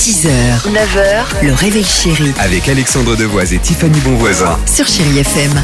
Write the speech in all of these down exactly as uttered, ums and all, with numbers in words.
six heures, neuf heures, le réveil chéri Avec Alexandre Devoise et Tiffany Bonvoisin. sur Chéri F M.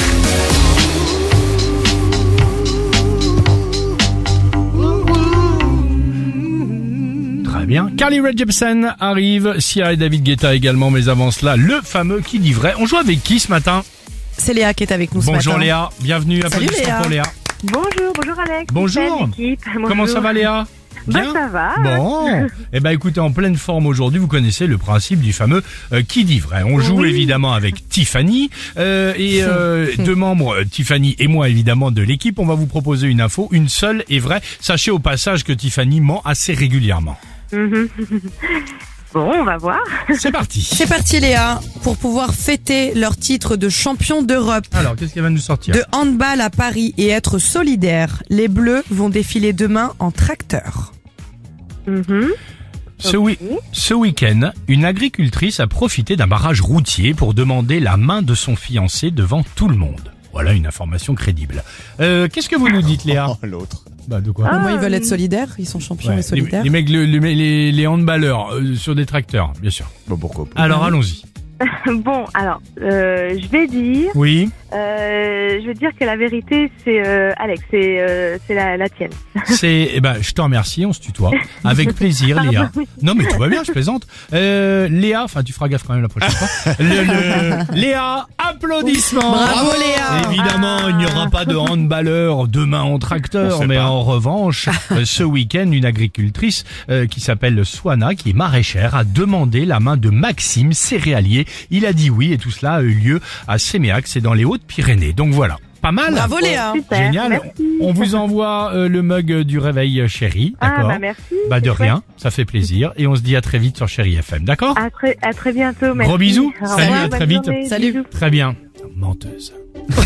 Très bien. Carly Rae Jepsen arrive, Sia et David Guetta également, mais avant cela, le fameux Qui dit vrai. On joue avec qui ce matin? C'est Léa qui est avec nous ce Bonjour matin. Léa, bienvenue, Salut applaudissements Léa. pour Léa. Bonjour, bonjour Alex. Bonjour. L'équipe. Comment Bonjour. ça va Léa? Bah, ça va. Bon, eh ben écoutez, en pleine forme aujourd'hui, vous connaissez le principe du fameux euh, Qui dit vrai. On joue Oui. évidemment avec Tiffany euh, et euh, deux membres, euh, Tiffany et moi évidemment de l'équipe. On va vous proposer une info, une seule est vraie. Sachez au passage que Tiffany ment assez régulièrement. Mhm. Bon, on va voir. C'est parti. C'est parti Léa, pour pouvoir fêter leur titre de champion d'Europe Alors, qu'est-ce qu'elle va nous sortir? de handball à Paris et être solidaires, les Bleus vont défiler demain en tracteur. Mhm. Ce, wi- ce week-end, une agricultrice a profité d'un barrage routier pour demander la main de son fiancé devant tout le monde. Voilà une information crédible. Euh, qu'est-ce que vous nous dites, Léa? L'autre. Bah, de quoi? Au moins ils veulent être solidaires, ils sont champions Ouais, et les, solidaires. les mecs, le- le- les, les handballeurs euh, sur des tracteurs, bien sûr. Bon, pourquoi pas. Alors, allons-y. Bon, alors, euh, je vais dire, Oui, euh, je vais dire que la vérité, c'est euh, Alex, c'est euh, c'est la, la tienne. c'est... Eh ben, je te remercie, on se tutoie. Avec plaisir, Léa. Non, mais tout va bien, je plaisante. Euh, Léa, enfin, tu feras gaffe quand même la prochaine fois. Le, le- Léa, applaudissements. Bravo Léa. Évidemment, il n'y aura pas de handballeur demain en tracteur, On sait mais pas. en revanche, euh, ce week-end, une agricultrice euh, qui s'appelle Swana, qui est maraîchère, a demandé la main de Maxime, céréalier. Il a dit oui et tout cela a eu lieu à Séméac, c'est dans les Hautes-Pyrénées. Donc voilà, pas mal. Bravo Léa. Super, Génial. merci. On vous envoie euh, le mug du réveil chéri, Ah, d'accord? bah merci. Bah de c'est rien, ça fait plaisir et on se dit à très vite sur Chéri F M, d'accord? chouette. À très, à très bientôt. Merci. Gros bisous. Au Salut, revoir, à très bonne vite. journée, Salut. bisous. Très bien. Menteuse.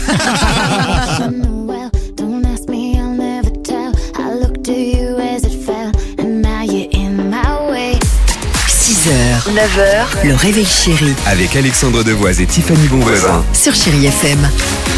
Well, don't ask me, I'll never tell. I looked to you as it fell, and now you're in my way. six heures, neuf heures, le réveil chéri Avec Alexandre Devoise et Tiffany Bonvoisin. sur Chéri F M.